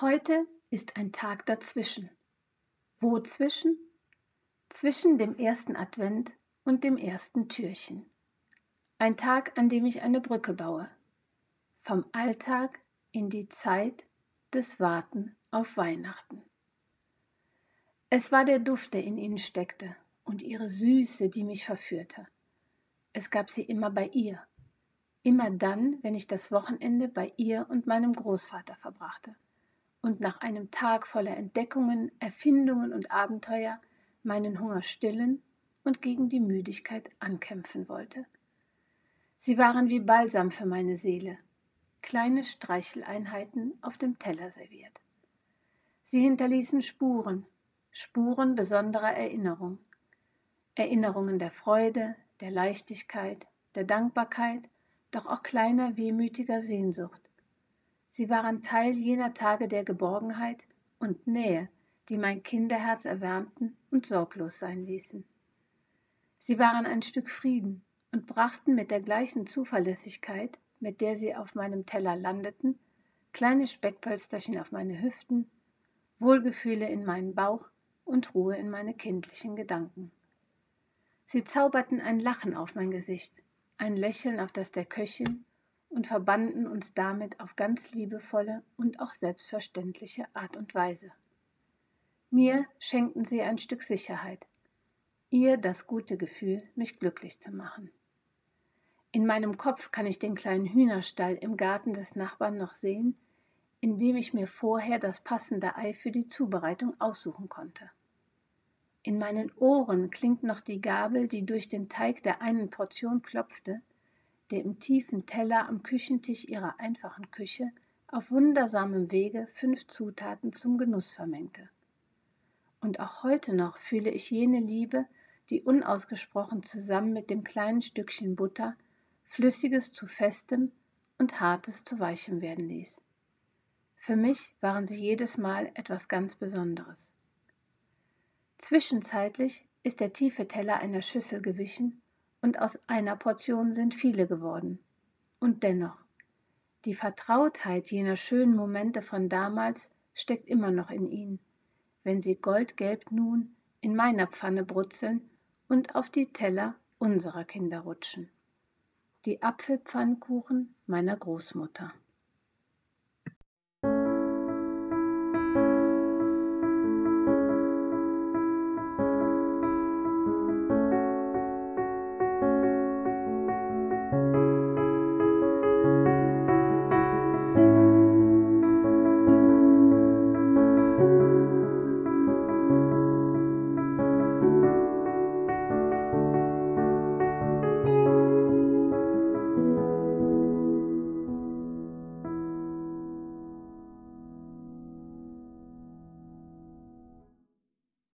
Heute ist ein Tag dazwischen. Wo zwischen? Zwischen dem ersten Advent und dem ersten Türchen. Ein Tag, an dem ich eine Brücke baue. Vom Alltag in die Zeit des Warten auf Weihnachten. Es war der Duft, der in ihnen steckte, und ihre Süße, die mich verführte. Es gab sie immer bei ihr. Immer dann, wenn ich das Wochenende bei ihr und meinem Großvater verbrachte und nach einem Tag voller Entdeckungen, Erfindungen und Abenteuer meinen Hunger stillen und gegen die Müdigkeit ankämpfen wollte. Sie waren wie Balsam für meine Seele, kleine Streicheleinheiten auf dem Teller serviert. Sie hinterließen Spuren, Spuren besonderer Erinnerung, Erinnerungen der Freude, der Leichtigkeit, der Dankbarkeit, doch auch kleiner wehmütiger Sehnsucht. Sie waren Teil jener Tage der Geborgenheit und Nähe, die mein Kinderherz erwärmten und sorglos sein ließen. Sie waren ein Stück Frieden und brachten mit der gleichen Zuverlässigkeit, mit der sie auf meinem Teller landeten, kleine Speckpölsterchen auf meine Hüften, Wohlgefühle in meinen Bauch und Ruhe in meine kindlichen Gedanken. Sie zauberten ein Lachen auf mein Gesicht, ein Lächeln auf das der Köchin und verbanden uns damit auf ganz liebevolle und auch selbstverständliche Art und Weise. Mir schenkten sie ein Stück Sicherheit, ihr das gute Gefühl, mich glücklich zu machen. In meinem Kopf kann ich den kleinen Hühnerstall im Garten des Nachbarn noch sehen, in dem ich mir vorher das passende Ei für die Zubereitung aussuchen konnte. In meinen Ohren klingt noch die Gabel, die durch den Teig der einen Portion klopfte, der im tiefen Teller am Küchentisch ihrer einfachen Küche auf wundersamem Wege 5 Zutaten zum Genuss vermengte. Und auch heute noch fühle ich jene Liebe, die unausgesprochen zusammen mit dem kleinen Stückchen Butter Flüssiges zu Festem und Hartes zu Weichem werden ließ. Für mich waren sie jedes Mal etwas ganz Besonderes. Zwischenzeitlich ist der tiefe Teller einer Schüssel gewichen und aus einer Portion sind viele geworden. Und dennoch, die Vertrautheit jener schönen Momente von damals steckt immer noch in ihnen, wenn sie goldgelb nun in meiner Pfanne brutzeln und auf die Teller unserer Kinder rutschen. Die Apfelpfannkuchen meiner Großmutter.